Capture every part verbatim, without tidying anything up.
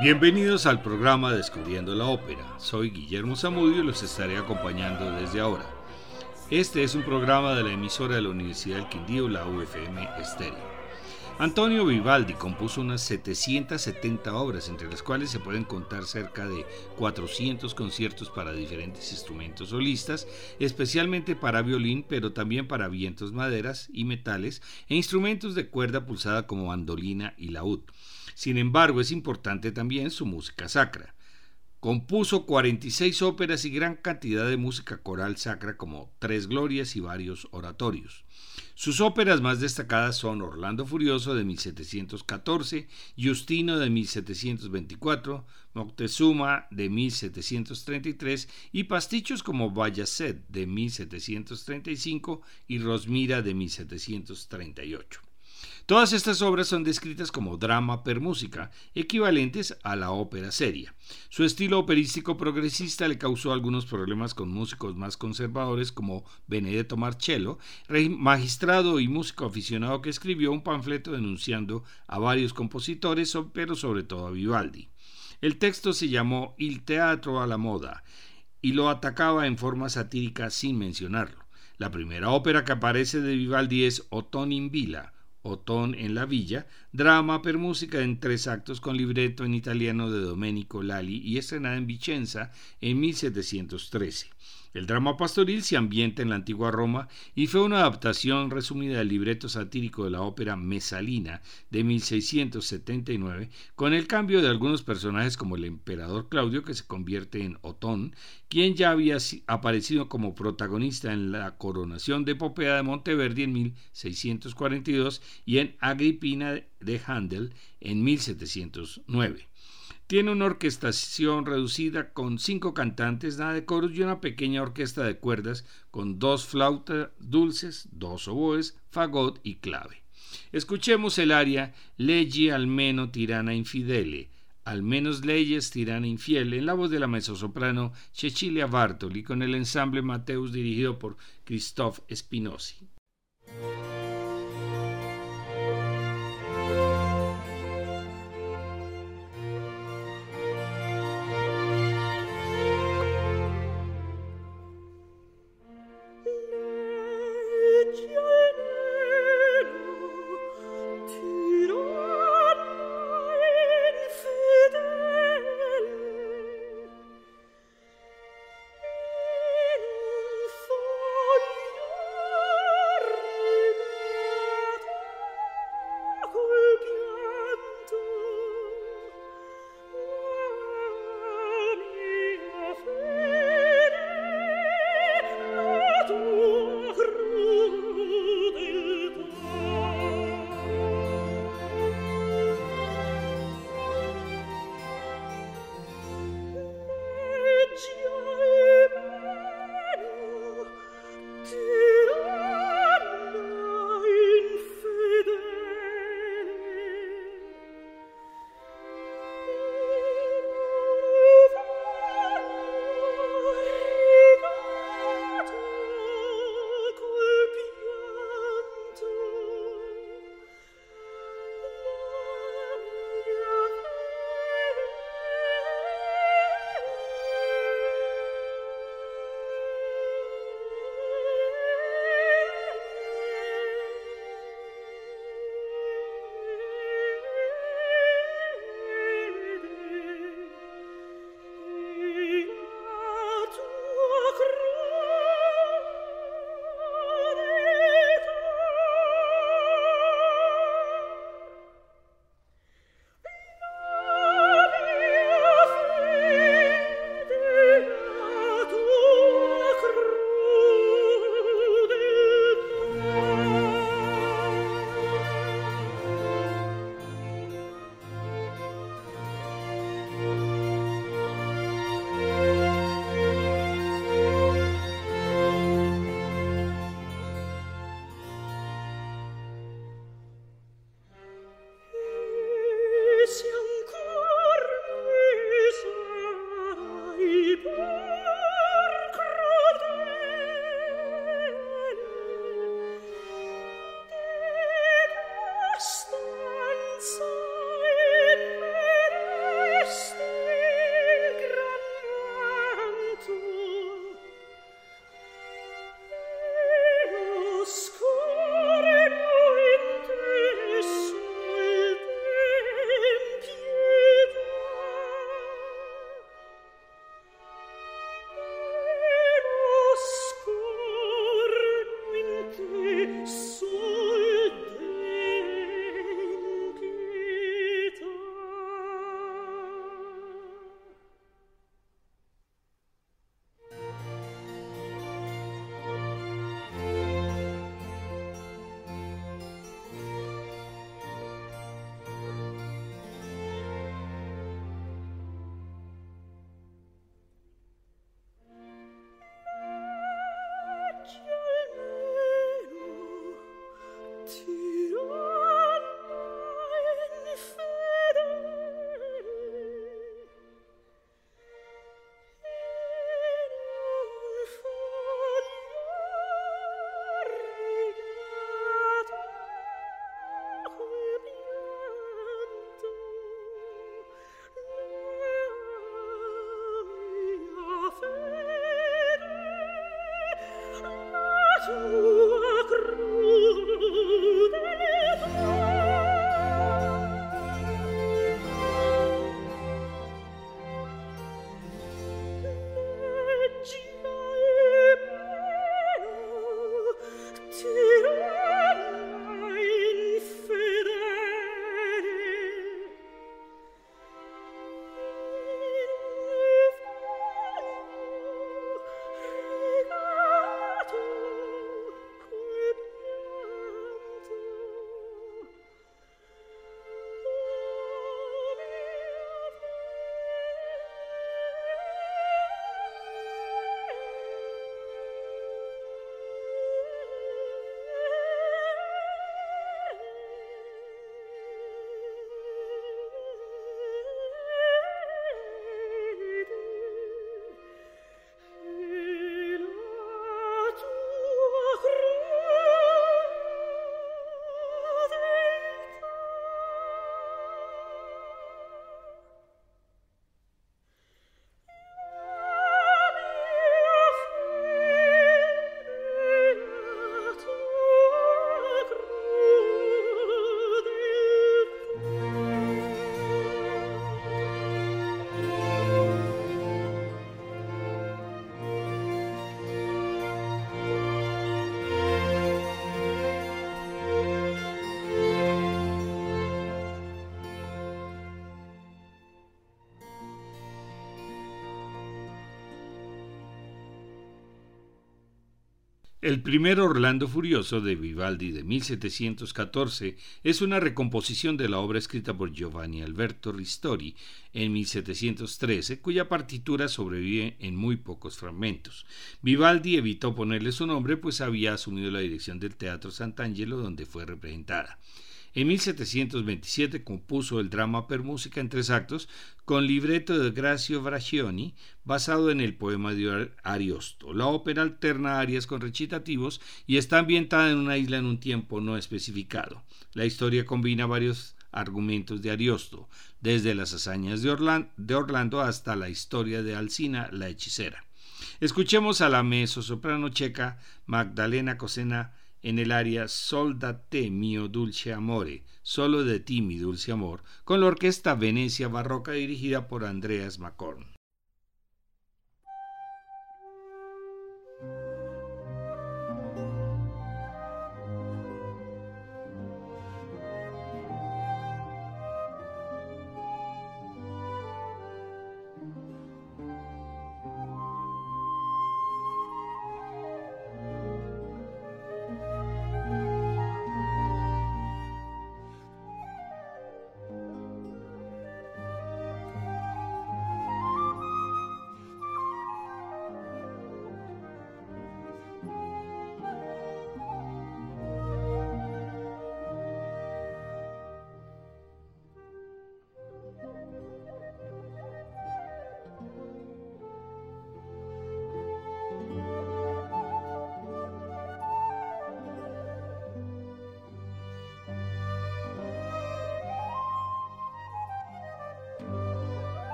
Bienvenidos al programa Descubriendo la Ópera. Soy Guillermo Zamudio y los estaré acompañando desde ahora. Este es un programa de la emisora de la Universidad del Quindío, la U F M Estéreo. Antonio Vivaldi compuso unas setecientas setenta obras, entre las cuales se pueden contar cerca de cuatrocientos conciertos para diferentes instrumentos solistas, especialmente para violín, pero también para vientos, maderas y metales, e instrumentos de cuerda pulsada como mandolina y laúd. Sin embargo, es importante también su música sacra. Compuso cuarenta y seis óperas y gran cantidad de música coral sacra como Tres Glorias y varios oratorios. Sus óperas más destacadas son Orlando Furioso de mil setecientos catorce, Giustino de mil setecientos veinticuatro, Moctezuma de mil setecientos treinta y tres y pastichos como Bayazet de mil setecientos treinta y cinco y Rosmira de mil setecientos treinta y ocho. Todas estas obras son descritas como drama per música, equivalentes a la ópera seria. Su estilo operístico progresista le causó algunos problemas con músicos más conservadores como Benedetto Marcello, magistrado y músico aficionado que escribió un panfleto denunciando a varios compositores, pero sobre todo a Vivaldi. El texto se llamó Il teatro alla moda y lo atacaba en forma satírica sin mencionarlo. La primera ópera que aparece de Vivaldi es Ottone in Villa, Otón en la Villa, drama per música en tres actos con libreto en italiano de Domenico Lali y estrenada en Vicenza en mil setecientos trece. El drama pastoril se ambienta en la antigua Roma y fue una adaptación resumida del libreto satírico de la ópera Mesalina de mil seiscientos setenta y nueve, con el cambio de algunos personajes como el emperador Claudio, que se convierte en Otón, quien ya había aparecido como protagonista en la coronación de Popea de Monteverdi en mil seiscientos cuarenta y dos y en Agripina de Händel en mil setecientos nueve. Tiene una orquestación reducida con cinco cantantes, nada de coros y una pequeña orquesta de cuerdas con dos flautas dulces, dos oboes, fagot y clave. Escuchemos el aria Leggi almeno tirana infidele, al menos leyes tirana infiel, en la voz de la mezzosoprano Cecilia Bartoli con el ensamble Mateus dirigido por Christoph Spinozzi. El primer Orlando Furioso de Vivaldi de mil setecientos catorce es una recomposición de la obra escrita por Giovanni Alberto Ristori en mil setecientos trece, cuya partitura sobrevive en muy pocos fragmentos. Vivaldi evitó ponerle su nombre, pues había asumido la dirección del Teatro Sant'Angelo, donde fue representada. En mil setecientos veintisiete compuso el drama per música en tres actos con libreto de Grazio Braccioni, basado en el poema de Ariosto. La ópera alterna arias con recitativos y está ambientada en una isla en un tiempo no especificado. La historia combina varios argumentos de Ariosto, desde las hazañas de Orlando, de Orlando hasta la historia de Alcina, la hechicera. Escuchemos a la mezzosoprano checa Magdalena Kožená en el aria Sol da te mio dulce amore, solo de ti mi dulce amor, con la orquesta Venecia Barroca dirigida por Andreas Macorn.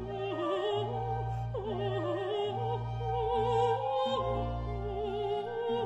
Oh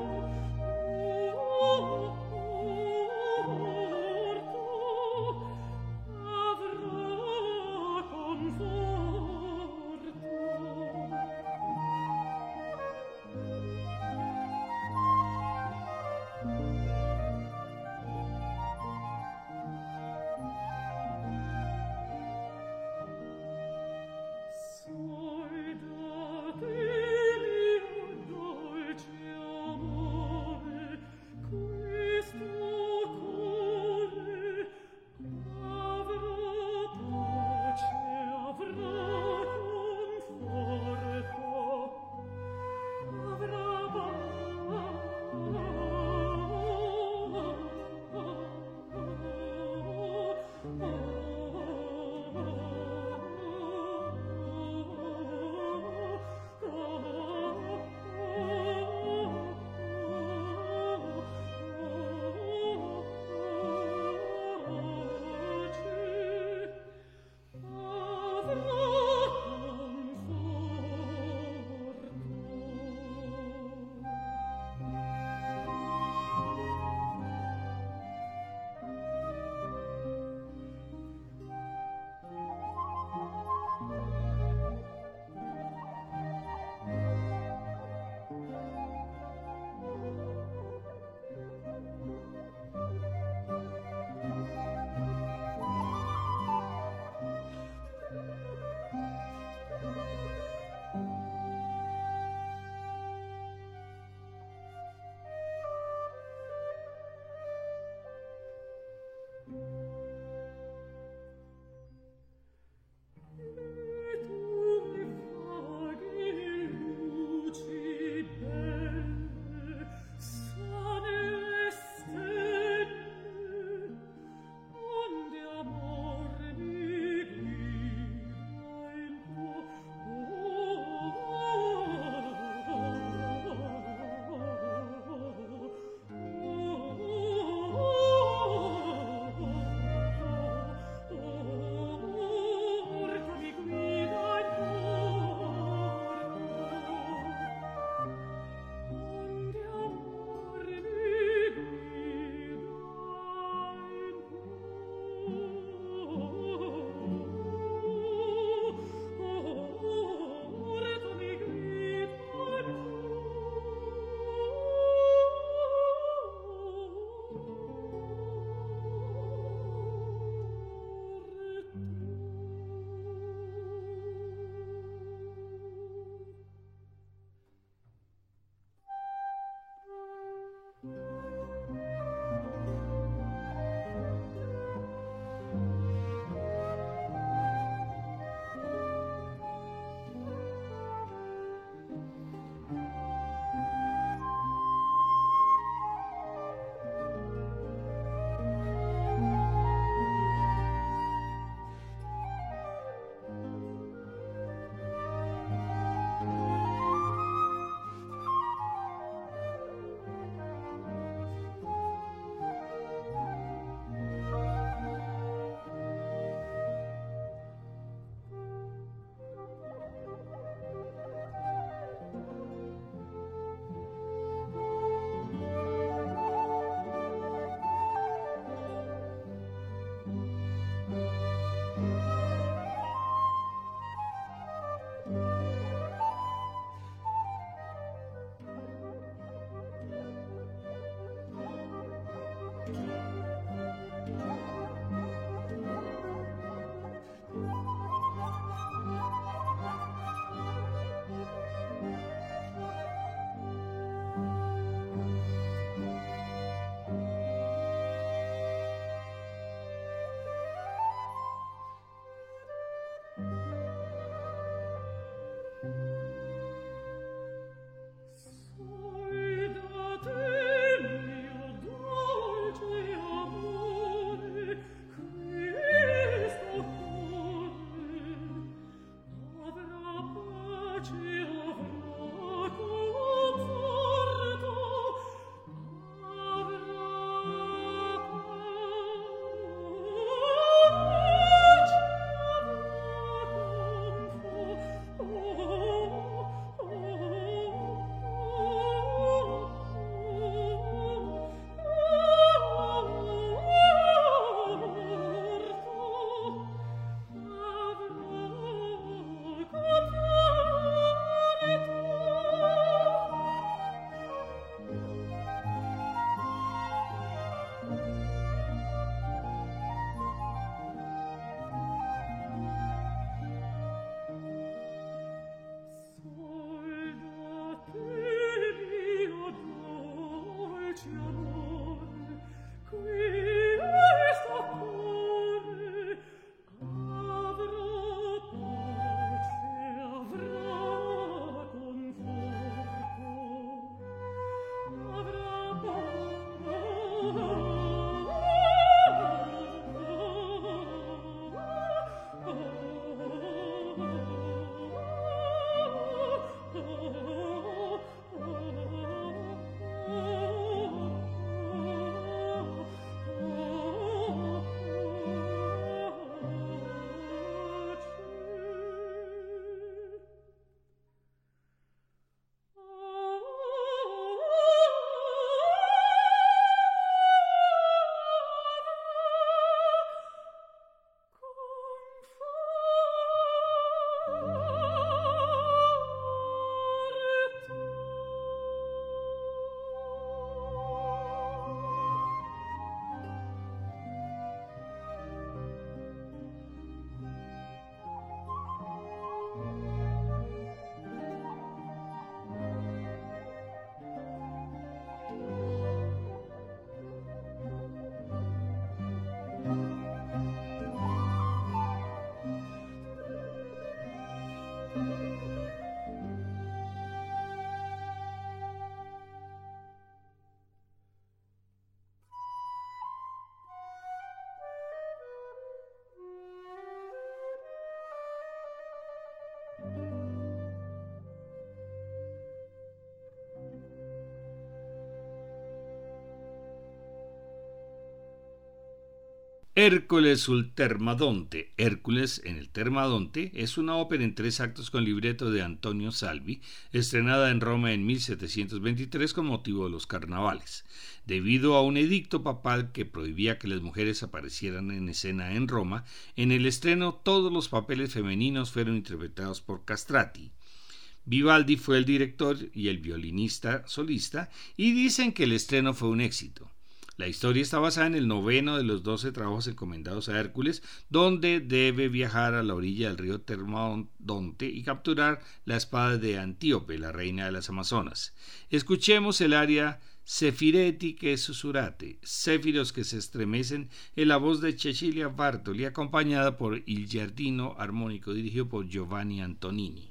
Hércules sul Termadonte. Hércules en el Termadonte es una ópera en tres actos con libreto de Antonio Salvi, estrenada en Roma en mil setecientos veintitrés con motivo de los carnavales. Debido a un edicto papal que prohibía que las mujeres aparecieran en escena en Roma, en el estreno todos los papeles femeninos fueron interpretados por castrati. Vivaldi fue el director y el violinista solista, y dicen que el estreno fue un éxito. La historia está basada en el noveno de los doce trabajos encomendados a Hércules, donde debe viajar a la orilla del río Termodonte y capturar la espada de Antíope, la reina de las Amazonas. Escuchemos el aria Sefireti che susurrate, céfiros que se estremecen, en la voz de Cecilia Bartoli, acompañada por Il Giardino armónico dirigido por Giovanni Antonini.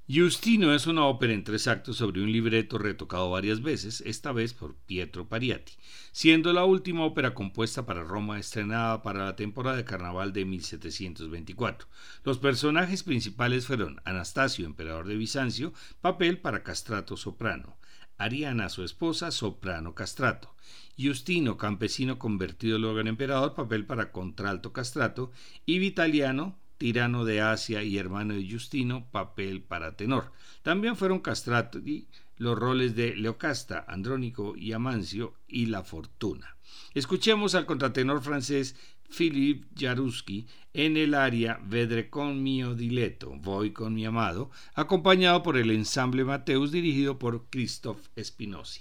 Giustino es una ópera en tres actos sobre un libreto retocado varias veces, esta vez por Pietro Pariati, siendo la última ópera compuesta para Roma estrenada para la temporada de carnaval de mil setecientos veinticuatro. Los personajes principales fueron Anastasio, emperador de Bizancio, papel para castrato soprano; Ariana, su esposa, soprano castrato; Giustino, campesino convertido luego en emperador, papel para contralto castrato; y Vitaliano, tirano de Asia y hermano de Giustino, papel para tenor. También fueron castrati los roles de Leocasta, Andrónico y Amancio y La Fortuna. Escuchemos al contratenor francés Philippe Jaruski en el aria Vedré con mio diletto, Voy con mi amado, acompañado por el ensamble Mateus dirigido por Christoph Spinozzi.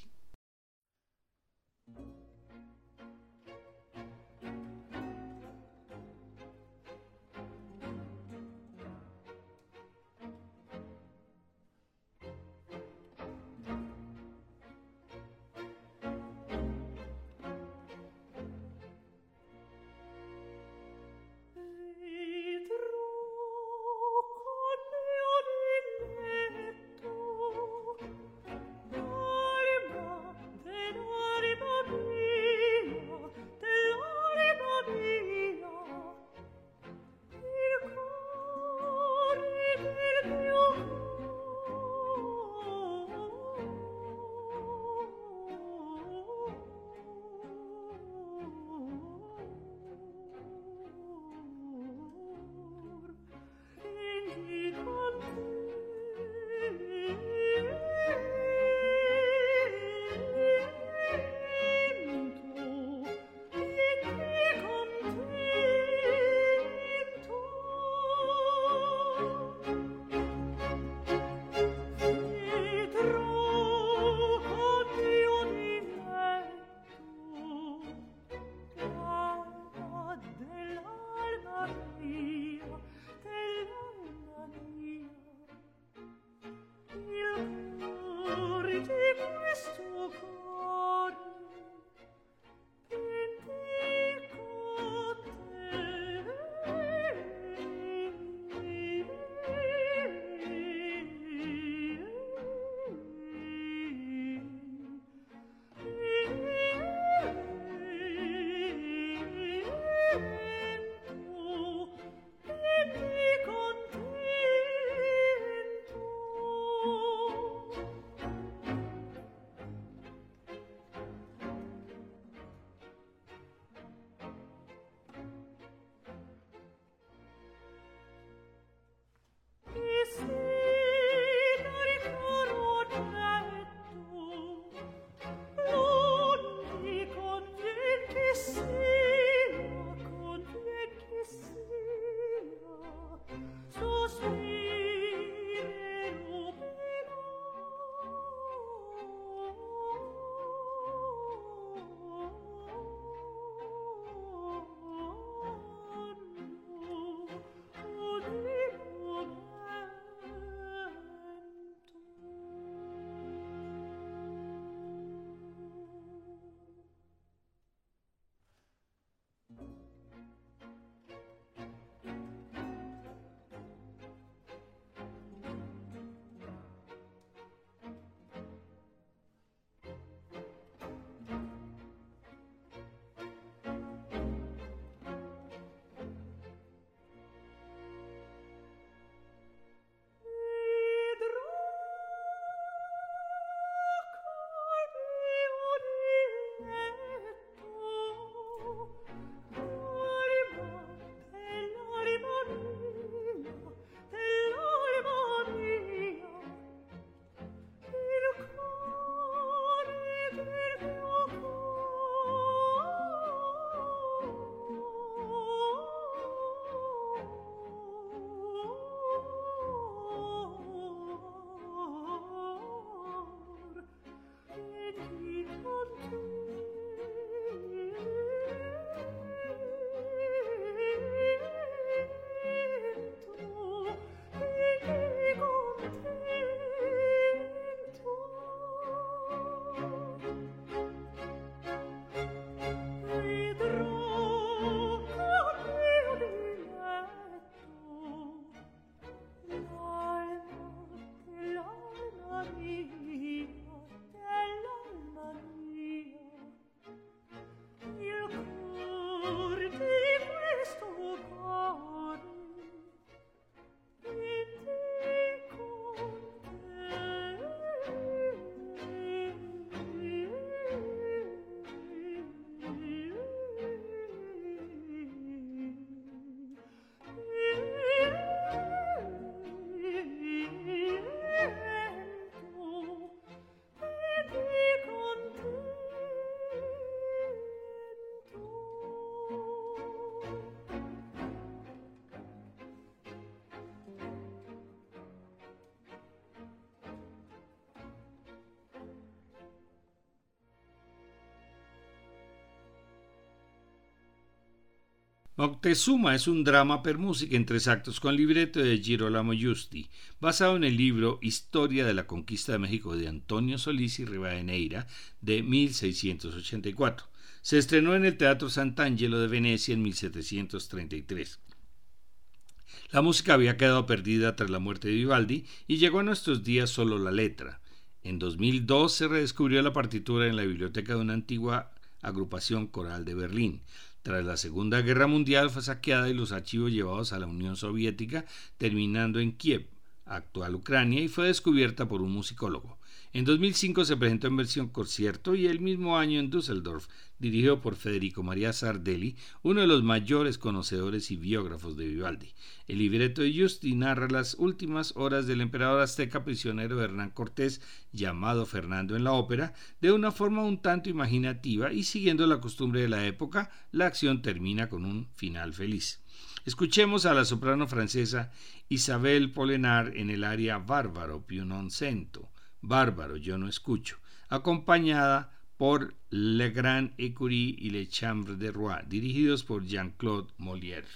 Moctezuma es un drama per música en tres actos con libreto de Girolamo Giusti, basado en el libro Historia de la Conquista de México de Antonio Solís y Rivadeneira de mil seiscientos ochenta y cuatro. Se estrenó en el Teatro Sant'Angelo de Venecia en mil setecientos treinta y tres. La música había quedado perdida tras la muerte de Vivaldi y llegó a nuestros días solo la letra. En dos mil dos se redescubrió la partitura en la biblioteca de una antigua agrupación coral de Berlín. Tras la Segunda Guerra Mundial fue saqueada y los archivos llevados a la Unión Soviética, terminando en Kiev, actual Ucrania, y fue descubierta por un musicólogo. En dos mil cinco se presentó en versión concierto y el mismo año en Düsseldorf, dirigido por Federico María Sardelli, uno de los mayores conocedores y biógrafos de Vivaldi. El libreto de Giusti narra las últimas horas del emperador azteca prisionero de Hernán Cortés, llamado Fernando en la ópera, de una forma un tanto imaginativa y siguiendo la costumbre de la época, la acción termina con un final feliz. Escuchemos a la soprano francesa Isabelle Polenar en el aria Barbaro più non sento, Bárbaro, yo no escucho, acompañada por Le Grand Écurie y Les Chambres de Roi, dirigidos por Jean-Claude Molière.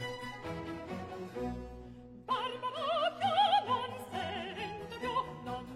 Barbaro, non sento più, non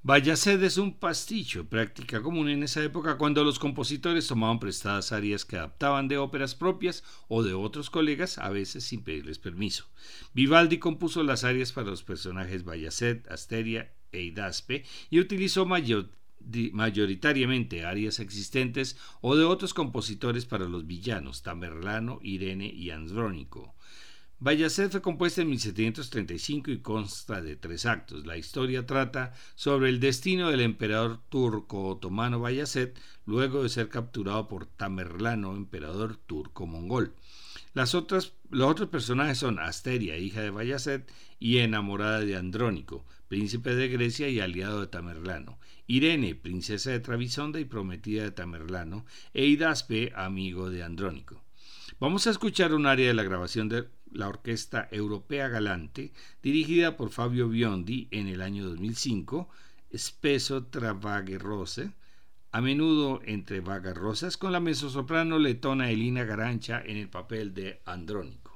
Bayacet es un pasticho, práctica común en esa época cuando los compositores tomaban prestadas arias que adaptaban de óperas propias o de otros colegas, a veces sin pedirles permiso. Vivaldi compuso las arias para los personajes Bayacet, Asteria e Hidaspe y utilizó mayor, mayoritariamente arias existentes o de otros compositores para los villanos, Tamerlano, Irene y Andrónico. Bayacet fue compuesta en mil setecientos treinta y cinco y consta de tres actos. La historia trata sobre el destino del emperador turco-otomano Bayacet luego de ser capturado por Tamerlano, emperador turco-mongol. Las otras, los otros personajes son Asteria, hija de Bayacet y enamorada de Andrónico, príncipe de Grecia y aliado de Tamerlano, Irene, princesa de Trebisonda y prometida de Tamerlano, e Hidaspe, amigo de Andrónico. Vamos a escuchar un aria de la grabación de la Orquesta Europea Galante, dirigida por Fabio Biondi en el año dos mil cinco, Spesso tra vaghe rose, a menudo entre vagas rosas, con la mezzosoprano letona Elina Garancha en el papel de Andrónico.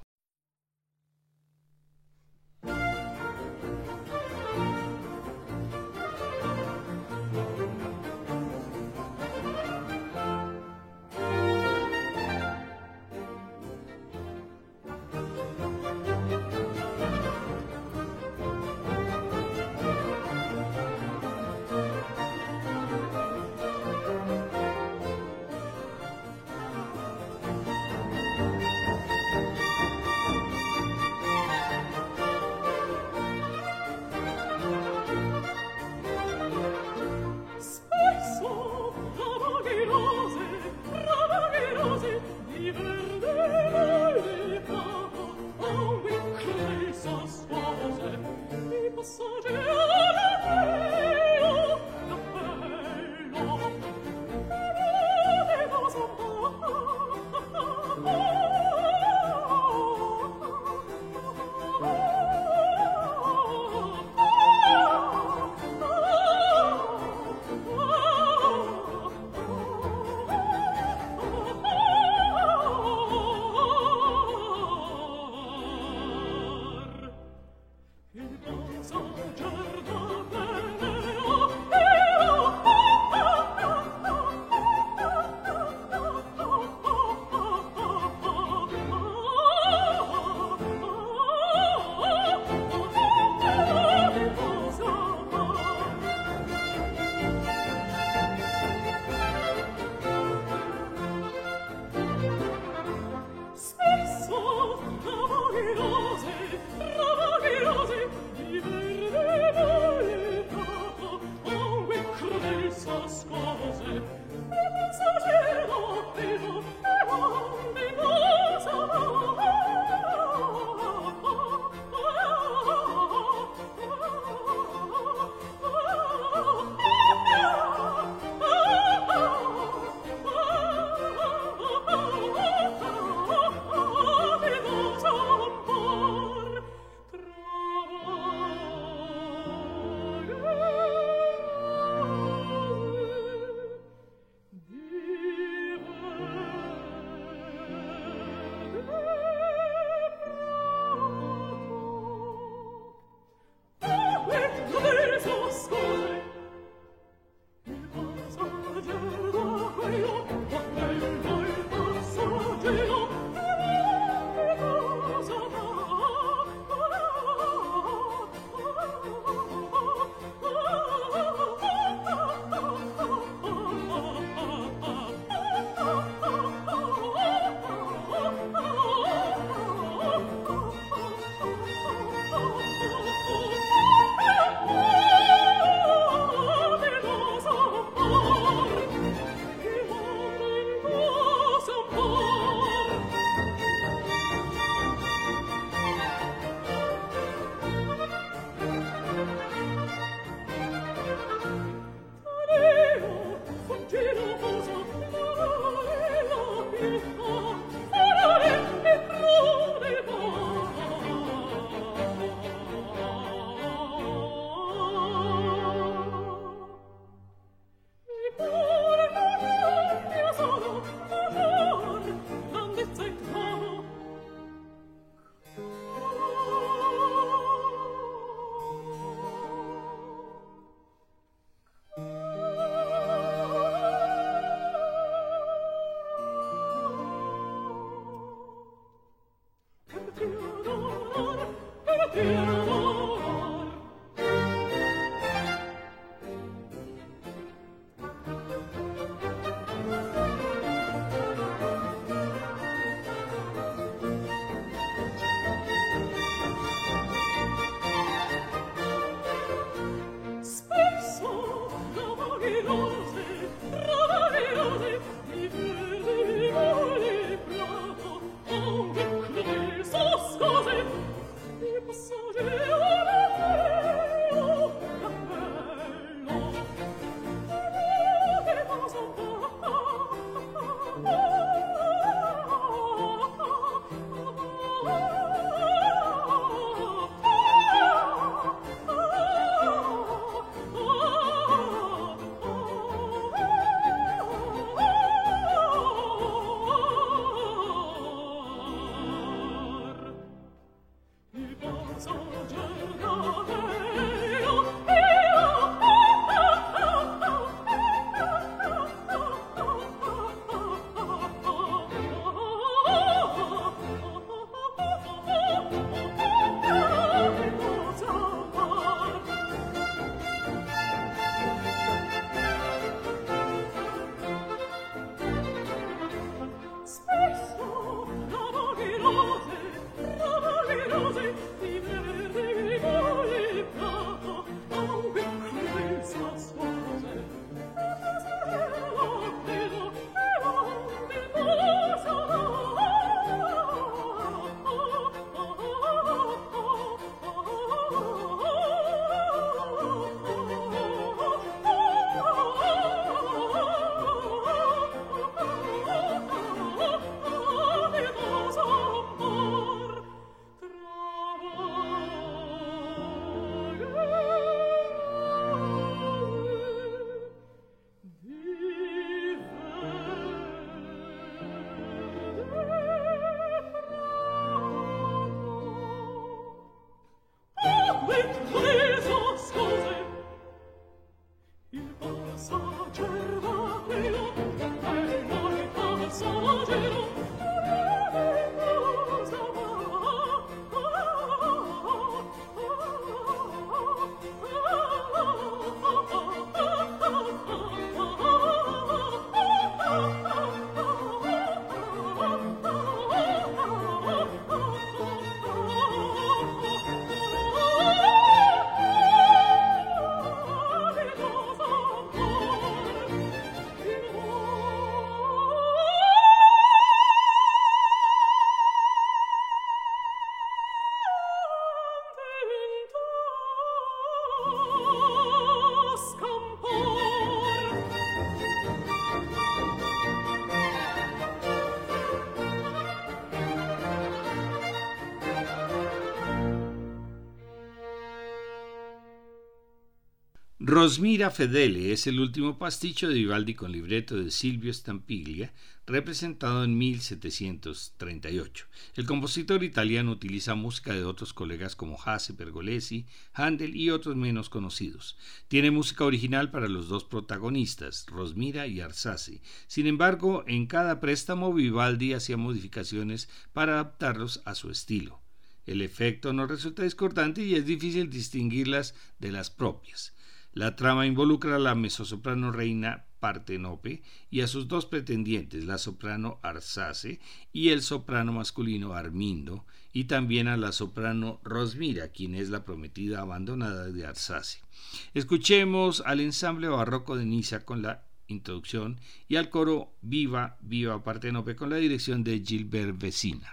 Rosmira Fedele es el último pasticho de Vivaldi con libreto de Silvio Stampiglia, representado en mil setecientos treinta y ocho. El compositor italiano utiliza música de otros colegas como Hasse, Pergolesi, Handel y otros menos conocidos. Tiene música original para los dos protagonistas, Rosmira y Arsace. Sin embargo, en cada préstamo Vivaldi hacía modificaciones para adaptarlos a su estilo. El efecto no resulta discordante y es difícil distinguirlas de las propias. La trama involucra a la mezzosoprano reina Partenope y a sus dos pretendientes, la soprano Arsace y el soprano masculino Armindo, y también a la soprano Rosmira, quien es la prometida abandonada de Arsace. Escuchemos al ensamble barroco de Niza con la introducción y al coro Viva, Viva Partenope con la dirección de Gilbert Vecina.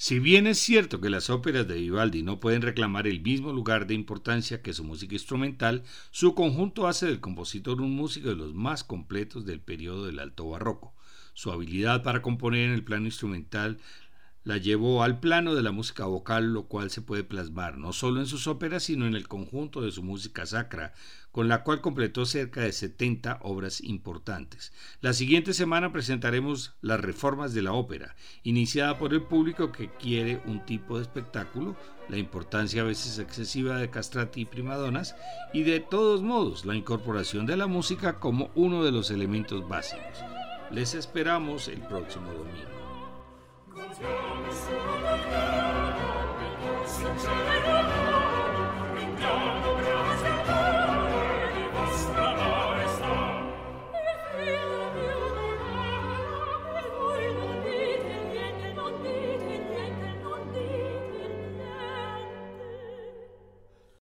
Si bien es cierto que las óperas de Vivaldi no pueden reclamar el mismo lugar de importancia que su música instrumental, su conjunto hace del compositor un músico de los más completos del periodo del Alto Barroco. Su habilidad para componer en el plano instrumental la llevó al plano de la música vocal, lo cual se puede plasmar no solo en sus óperas, sino en el conjunto de su música sacra, con la cual completó cerca de setenta obras importantes. La siguiente semana presentaremos Las Reformas de la Ópera, iniciada por el público que quiere un tipo de espectáculo, la importancia a veces excesiva de castrati y primadonas, y de todos modos la incorporación de la música como uno de los elementos básicos. Les esperamos el próximo domingo.